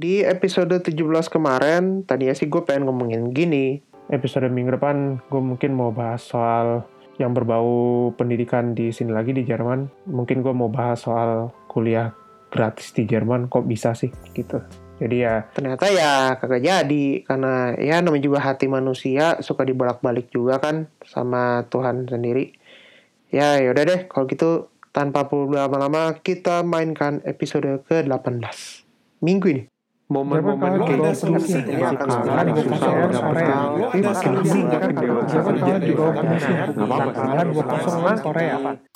Di episode 17 kemarin, tadinya sih gue pengen ngomongin gini. Episode minggu depan, gue mungkin mau bahas soal yang berbau pendidikan di sini lagi di Jerman. Mungkin gue mau bahas soal kuliah gratis di Jerman, kok bisa sih gitu. Jadi ya ternyata ya kagak jadi, karena ya namanya juga hati manusia suka dibolak-balik juga kan sama Tuhan sendiri. Ya yaudah deh, kalau gitu tanpa perlu lama-lama kita mainkan episode ke-18 minggu ini. Momen-momen kayak gini bakal susah dapet, tapi makin kesini kan dewasa menjadi apa-apa. 2-0 Korea.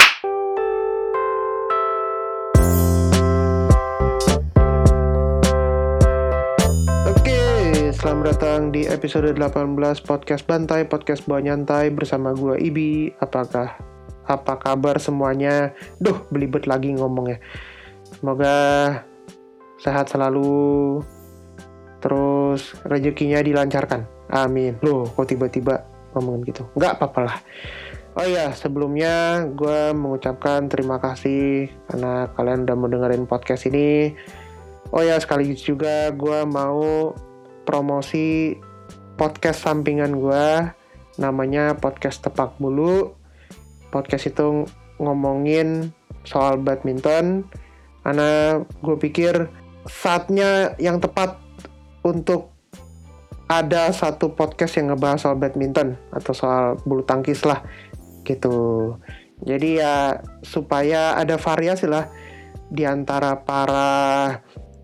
Oke, selamat datang di episode 18 Podcast Bantai, Podcast Bawa Nyantai bersama gue Ibi. Apa kabar semuanya? Duh, belibet lagi ngomongnya. Semoga sehat selalu, terus rezekinya dilancarkan. Amin. Loh, kok tiba-tiba ngomongin gitu? Nggak apa-apa lah. Oh iya, sebelumnya gue mengucapkan terima kasih karena kalian udah mau dengerin podcast ini. Oh ya, sekaligus juga gue mau promosi podcast sampingan gue, namanya Podcast Tepak Bulu. Podcast itu ngomongin soal badminton, karena gue pikir saatnya yang tepat untuk ada satu podcast yang ngebahas soal badminton atau soal bulu tangkis lah gitu. Jadi ya supaya ada variasi lah di antara para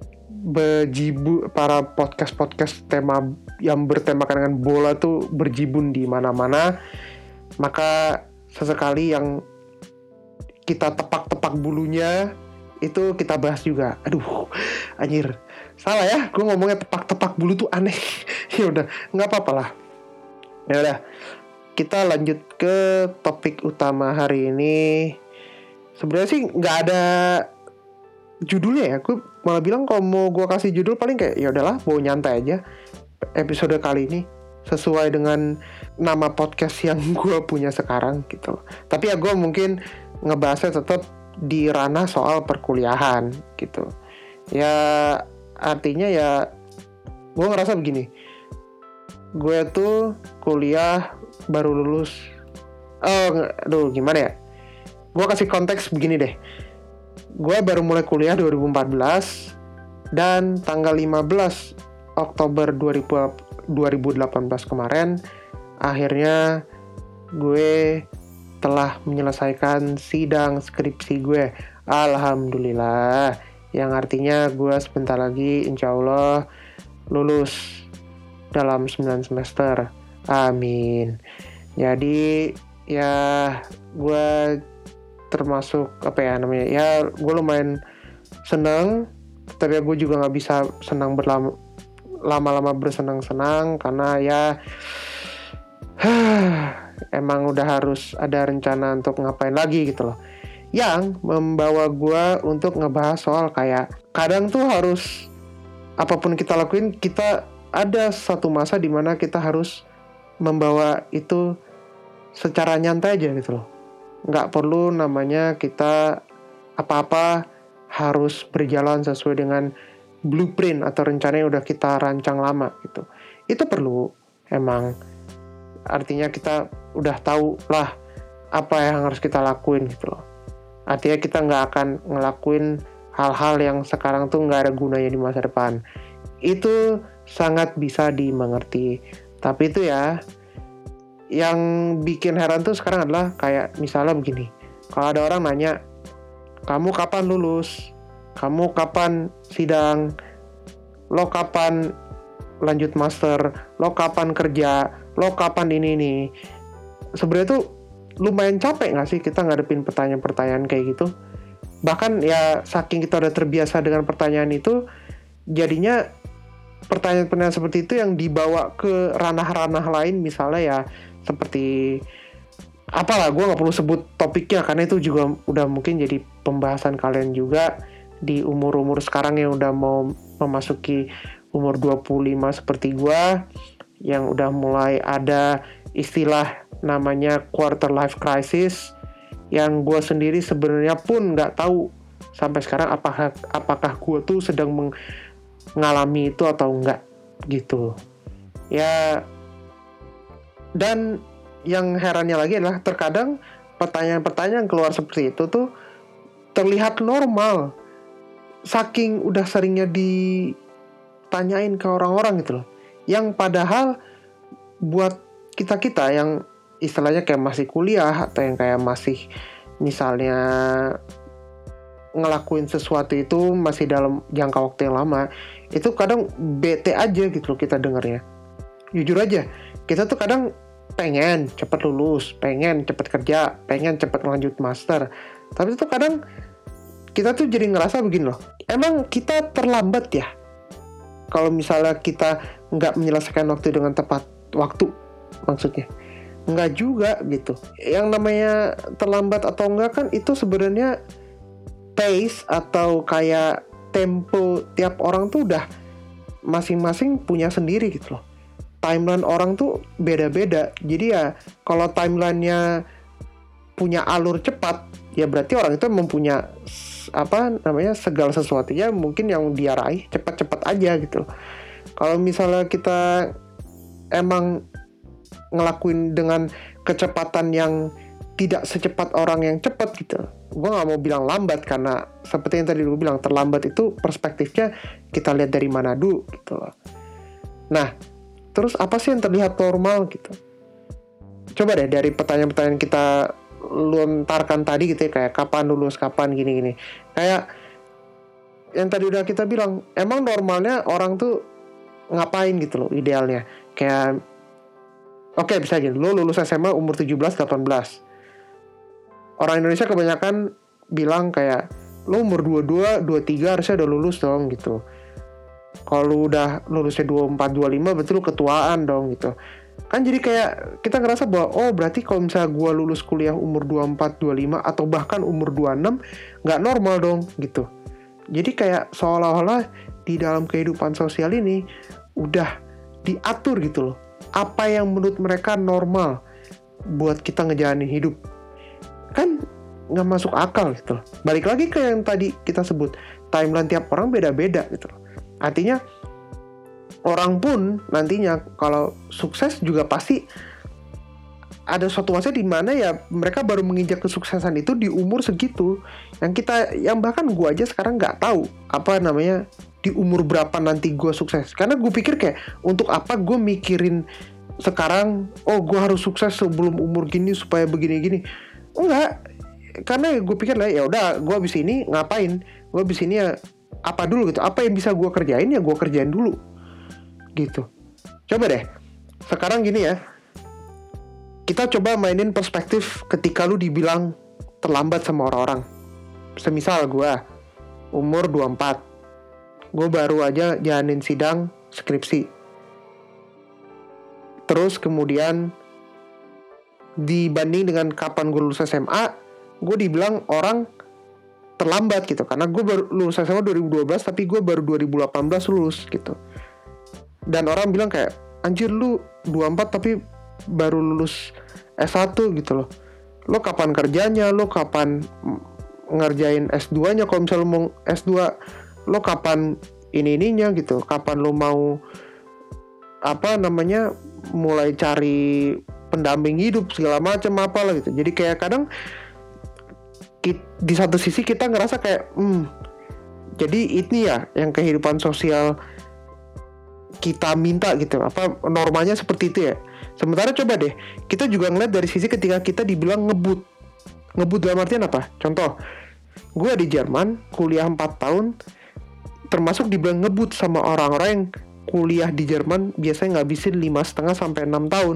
podcast tema yang bertemakan dengan bola tuh berjibun di mana-mana. Maka sesekali yang kita tepak-tepak bulunya itu kita bahas juga. Aduh, anjir. Salah ya, gue ngomongnya tepak-tepak bulu tuh aneh. Ya udah, nggak apa-apa lah. Ya udah, kita lanjut ke topik utama hari ini. Sebenarnya sih nggak ada judulnya ya. Gue malah bilang kalau mau gue kasih judul paling kayak ya udahlah, bawa nyantai aja episode kali ini sesuai dengan nama podcast yang gue punya sekarang gitu. Tapi ya gue mungkin ngebahasnya tetap di ranah soal perkuliahan gitu. Ya artinya ya gue ngerasa begini, gue tuh kuliah baru lulus. Gimana ya, gue kasih konteks begini deh. Gue baru mulai kuliah 2014 dan tanggal 15 Oktober 2018 kemarin akhirnya gue telah menyelesaikan sidang skripsi gue. Alhamdulillah, yang artinya gue sebentar lagi insya Allah lulus dalam 9 semester. Amin. Jadi ya gue termasuk ya gue lumayan senang, tapi gue juga nggak bisa senang lama-lama bersenang-senang karena ya emang udah harus ada rencana untuk ngapain lagi gitu loh, yang membawa gue untuk ngebahas soal kayak kadang tuh harus apapun kita lakuin, kita ada satu masa dimana kita harus membawa itu secara nyantai aja gitu loh. Nggak perlu namanya kita apa-apa harus berjalan sesuai dengan blueprint atau rencana yang udah kita rancang lama gitu. Itu perlu emang, artinya kita udah tahu lah apa yang harus kita lakuin gitu loh. Artinya kita nggak akan ngelakuin hal-hal yang sekarang tuh nggak ada gunanya di masa depan. Itu sangat bisa dimengerti. Tapi itu ya, yang bikin heran tuh sekarang adalah kayak misalnya begini, kalau ada orang nanya, kamu kapan lulus? Kamu kapan sidang? Lo kapan lanjut master? Lo kapan kerja? Lo kapan ini? Sebenarnya tuh lumayan capek gak sih kita ngadepin pertanyaan-pertanyaan kayak gitu? Bahkan ya saking kita udah terbiasa dengan pertanyaan itu, jadinya pertanyaan-pertanyaan seperti itu yang dibawa ke ranah-ranah lain, misalnya ya seperti apalah, gue gak perlu sebut topiknya karena itu juga udah mungkin jadi pembahasan kalian juga di umur-umur sekarang yang udah mau memasuki umur 25 seperti gue, yang udah mulai ada istilah namanya quarter life crisis, yang gue sendiri sebenarnya pun gak tahu sampai sekarang apakah gue tuh sedang ngalami itu atau enggak gitu ya. Dan yang herannya lagi adalah terkadang pertanyaan-pertanyaan keluar seperti itu tuh terlihat normal saking udah seringnya ditanyain ke orang-orang gitu loh, yang padahal buat kita-kita yang istilahnya kayak masih kuliah atau yang kayak masih misalnya ngelakuin sesuatu itu masih dalam jangka waktu yang lama, itu kadang bete aja gitu loh kita dengernya. Jujur aja, kita tuh kadang pengen cepet lulus, pengen cepet kerja, pengen cepet lanjut master. Tapi itu kadang kita tuh jadi ngerasa begini loh, emang kita terlambat ya kalau misalnya kita nggak menyelesaikan waktu dengan tepat waktu, maksudnya. Nggak juga gitu. Yang namanya terlambat atau enggak kan itu sebenarnya pace atau kayak tempo tiap orang tuh udah masing-masing punya sendiri gitu loh. Timeline orang tuh beda-beda. Jadi ya kalau timelinenya punya alur cepat, ya berarti orang itu mempunyai segala sesuatunya mungkin yang dia raih cepat-cepat aja gitu. Kalau misalnya kita emang ngelakuin dengan kecepatan yang tidak secepat orang yang cepat gitu, gue nggak mau bilang lambat karena seperti yang tadi gue bilang, terlambat itu perspektifnya kita lihat dari mana dulu gitu loh. Nah, terus apa sih yang terlihat normal gitu? Coba deh dari pertanyaan-pertanyaan kita lontarkan tadi gitu ya, kayak kapan lulus, kapan gini-gini. Kayak yang tadi udah kita bilang, emang normalnya orang tuh ngapain gitu loh idealnya. Kayak oke, bisa aja lo lulus SMA umur 17-18. Orang Indonesia kebanyakan bilang kayak lo umur 22, 23 harusnya udah lulus dong gitu. Kalau lu udah lulusnya 24, 25 berarti lu ketuaan dong gitu. Kan jadi kayak kita ngerasa bahwa oh berarti kalau misalnya gue lulus kuliah umur 24, 25 atau bahkan umur 26 gak normal dong gitu. Jadi kayak seolah-olah di dalam kehidupan sosial ini udah diatur gitu loh, apa yang menurut mereka normal buat kita ngejalanin hidup. Kan gak masuk akal gitu loh. Balik lagi ke yang tadi kita sebut, timeline tiap orang beda-beda gitu loh. Artinya orang pun nantinya kalau sukses juga pasti ada suatu masa di mana ya mereka baru menginjak kesuksesan itu di umur segitu. Yang bahkan gue aja sekarang nggak tahu apa namanya di umur berapa nanti gue sukses. Karena gue pikir kayak untuk apa gue mikirin sekarang, oh gue harus sukses sebelum umur gini supaya begini-gini. Enggak, karena gue pikir lah ya udah gue abis ini ngapain, gue abis ini ya apa dulu gitu, apa yang bisa gue kerjain ya gue kerjain dulu gitu. Coba deh sekarang gini ya, kita coba mainin perspektif ketika lu dibilang terlambat sama orang-orang. Semisal gue umur 24, gue baru aja jalanin sidang skripsi, terus kemudian dibanding dengan kapan gue lulus SMA, gue dibilang orang terlambat gitu, karena gue baru lulus SMA 2012 tapi gue baru 2018 lulus gitu. Dan orang bilang kayak anjir lu 24 tapi baru lulus S1 gitu loh. Lo kapan kerjanya, lo kapan ngerjain S2-nya, kalau misalnya lo mau S2 lo kapan ininya gitu, kapan lo mau mulai cari pendamping hidup segala macam apalah gitu. Jadi kayak kadang di satu sisi kita ngerasa kayak jadi ini ya yang kehidupan sosial kita minta gitu, apa normanya seperti itu ya. Sementara coba deh kita juga ngeliat dari sisi ketika kita dibilang ngebut dalam artian apa? Contoh, gue di Jerman kuliah 4 tahun termasuk dibilang ngebut sama orang-orang yang kuliah di Jerman biasanya ngabisin 5,5 sampai 6 tahun.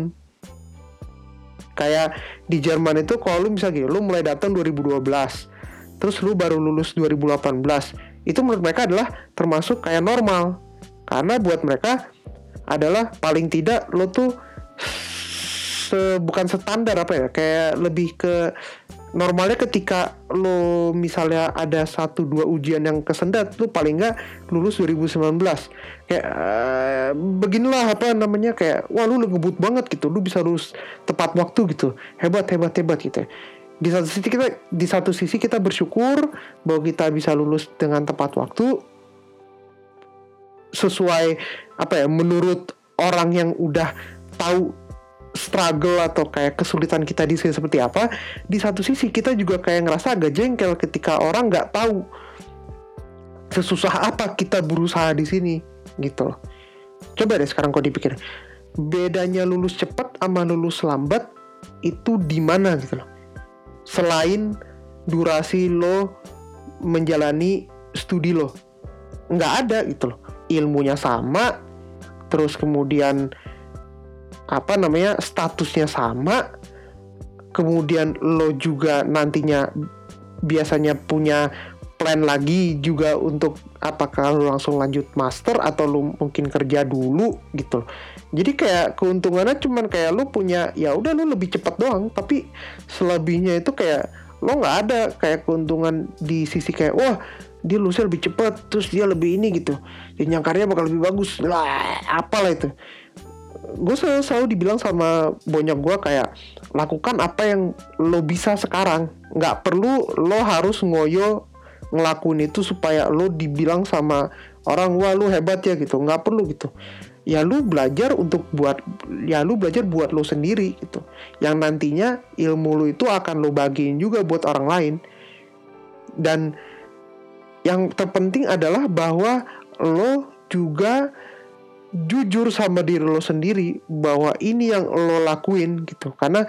Kayak di Jerman itu kalau lu misalnya gini, lu mulai datang 2012, terus lu baru lulus 2018, itu menurut mereka adalah termasuk kayak normal. Karena buat mereka adalah paling tidak lu tuh bukan standar kayak lebih ke normalnya ketika lu misalnya ada 1-2 ujian yang kesendat, lu paling nggak lulus 2019. Kayak beginilah kayak wah lu ngebut banget gitu, lu bisa lulus tepat waktu gitu, hebat gitu. Di satu sisi kita bersyukur bahwa kita bisa lulus dengan tepat waktu, sesuai menurut orang yang udah tahu struggle atau kayak kesulitan kita di sini seperti apa. Di satu sisi kita juga kayak ngerasa agak jengkel ketika orang nggak tahu sesusah apa kita berusaha di sini gitu loh. Coba deh sekarang kau dipikir, bedanya lulus cepat sama lulus lambat itu di mana gitu loh. Selain durasi lo menjalani studi lo, nggak ada gitu loh. Ilmunya sama, terus kemudian statusnya sama, kemudian lo juga nantinya biasanya punya plan lagi juga untuk apakah lo langsung lanjut master atau lo mungkin kerja dulu gitu loh. Jadi kayak keuntungannya cuman kayak lo punya, ya udah lo lebih cepat doang, tapi selebihnya itu kayak lo nggak ada kayak keuntungan di sisi kayak wah dia lulusnya lebih cepat, terus dia lebih ini gitu, jenjang karirnya bakal lebih bagus lah, apalah itu. Gue selalu dibilang sama bonyok gue kayak lakukan apa yang lo bisa sekarang, nggak perlu lo harus ngoyo ngelakuin itu supaya lo dibilang sama orang wah lo hebat ya gitu, nggak perlu gitu. Ya lo belajar buat lo sendiri gitu, yang nantinya ilmu lo itu akan lo bagiin juga buat orang lain. Dan yang terpenting adalah bahwa lo juga jujur sama diri lo sendiri bahwa ini yang lo lakuin gitu. Karena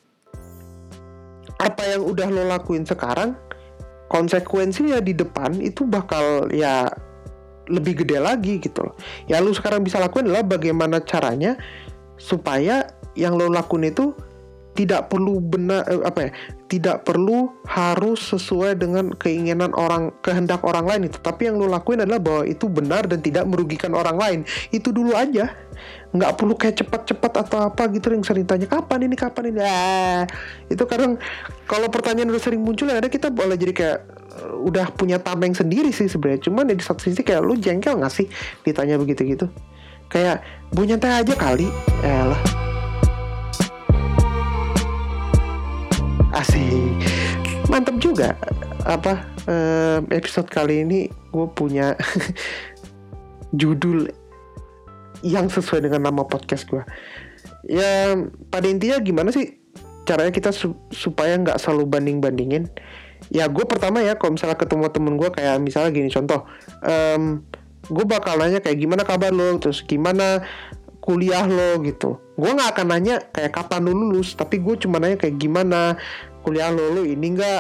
apa yang udah lo lakuin sekarang, konsekuensinya di depan itu bakal ya lebih gede lagi gitu loh. Ya lo sekarang bisa lakuin adalah bagaimana caranya supaya yang lo lakuin itu tidak perlu tidak perlu harus sesuai dengan kehendak orang lain itu, tapi yang lo lakuin adalah bahwa itu benar dan tidak merugikan orang lain. Itu dulu aja, nggak perlu kayak cepat-cepat atau apa gitu yang sering tanya kapan ini itu kadang kalau pertanyaan udah sering muncul ya ada, kita boleh jadi kayak udah punya tameng sendiri sih sebenarnya. Cuman ya di satu sisi kayak lo jengkel nggak sih ditanya begitu gitu, kayak nyantai aja kali lah. Asik, mantep juga episode kali ini gue punya judul yang sesuai dengan nama podcast gue. Ya pada intinya gimana sih caranya kita supaya nggak selalu banding-bandingin. Ya gue pertama ya kalau misalnya ketemu temen gue kayak misalnya gini contoh, gue bakal nanya kayak gimana kabar lo, terus gimana kuliah lo gitu. Gue nggak akan nanya kayak kapan lo lulus, tapi gue cuma nanya kayak gimana kuliah lo ini nggak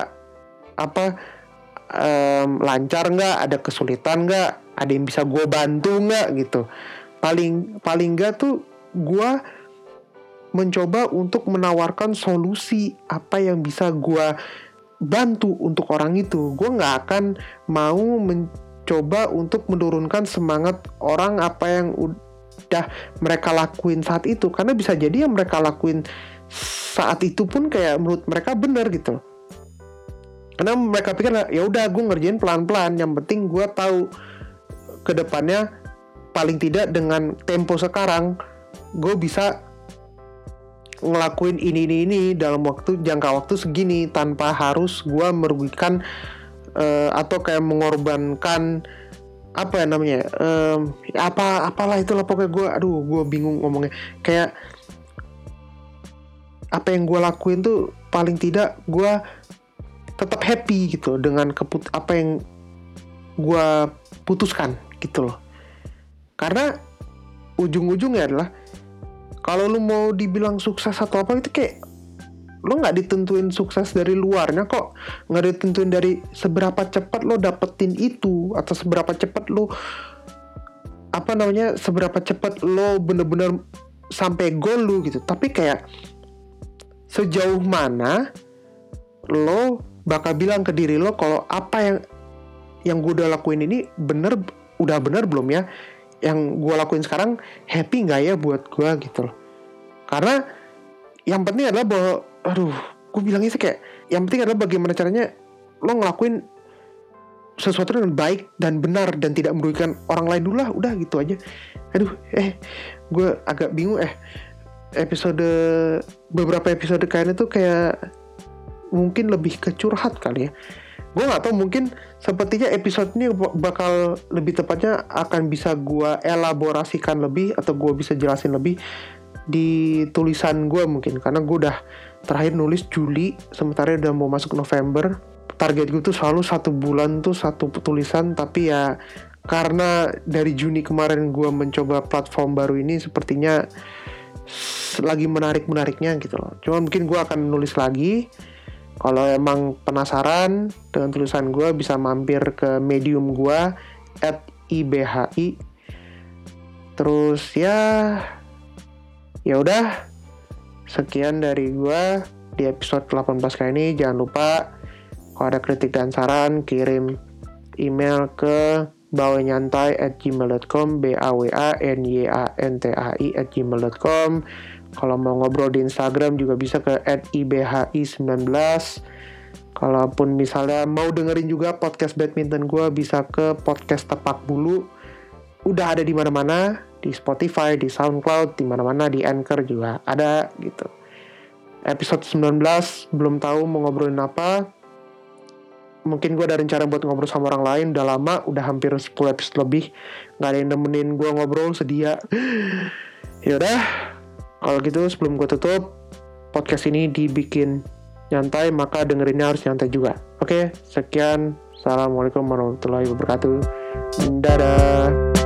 lancar nggak, ada kesulitan nggak, ada yang bisa gue bantu nggak gitu. Paling nggak tuh gue mencoba untuk menawarkan solusi apa yang bisa gue bantu untuk orang itu. Gue nggak akan mau mencoba untuk menurunkan semangat orang apa yang udah mereka lakuin saat itu, karena bisa jadi yang mereka lakuin saat itu pun kayak menurut mereka benar gitu. Karena mereka pikir ya udah gue ngerjain pelan-pelan, yang penting gue tahu ke depannya paling tidak dengan tempo sekarang gue bisa ngelakuin ini dalam jangka waktu segini tanpa harus gue merugikan atau kayak mengorbankan apalah itulah pokoknya gue bingung ngomongnya. Kayak apa yang gue lakuin tuh paling tidak gue tetap happy gitu dengan apa yang gue putuskan gitu loh. Karena ujung-ujungnya adalah kalau lu mau dibilang sukses atau apa itu kayak lo nggak ditentuin sukses dari luarnya kok, nggak ditentuin dari seberapa cepat lo dapetin itu atau seberapa cepat lo seberapa cepat lo bener-bener sampai goal lo gitu, tapi kayak sejauh mana lo bakal bilang ke diri lo kalau apa yang gue udah lakuin ini udah bener belum ya, yang gue lakuin sekarang happy nggak ya buat gue gitu loh. Karena yang penting adalah bahwa gue bilangnya sih kayak yang penting adalah bagaimana caranya lo ngelakuin sesuatu dengan baik dan benar dan tidak merugikan orang lain dulu lah, udah gitu aja. Gue agak bingung beberapa episode kayaknya tuh kayak mungkin lebih ke curhat kali ya. gue nggak tahu, mungkin sepertinya episode ini bakal lebih tepatnya akan bisa gue elaborasikan lebih atau gue bisa jelasin lebih di tulisan gue mungkin, karena gue udah terakhir nulis Juli, sementara udah mau masuk November. Target gue tuh selalu 1 bulan tuh 1 tulisan, tapi ya karena dari Juni kemarin gue mencoba platform baru ini, sepertinya lagi menarik-menariknya gitu loh. Cuma mungkin gue akan nulis lagi. Kalau emang penasaran dengan tulisan gue, bisa mampir ke Medium gue @ibhi. Terus ya udah, sekian dari gue di episode 18 kali ini. Jangan lupa kalau ada kritik dan saran, kirim email ke bawanyantai@gmail.com, bawanyantai@gmail.com. Kalau mau ngobrol di Instagram juga bisa ke @ibhi19. Kalaupun misalnya mau dengerin juga podcast badminton gue, bisa ke podcast Tepak Bulu. Udah ada di mana-mana, di Spotify, di SoundCloud, di mana-mana, di Anchor juga ada gitu. Episode 19 belum tahu mau ngobrolin apa. Mungkin gue ada rencana buat ngobrol sama orang lain. Udah lama, udah hampir 10 episode lebih gak ada yang nemenin gue ngobrol, sedia. Yaudah, kalau gitu sebelum gue tutup, podcast ini dibikin nyantai, maka dengerinnya harus nyantai juga. Oke, sekian. Assalamualaikum warahmatullahi wabarakatuh. Dadah.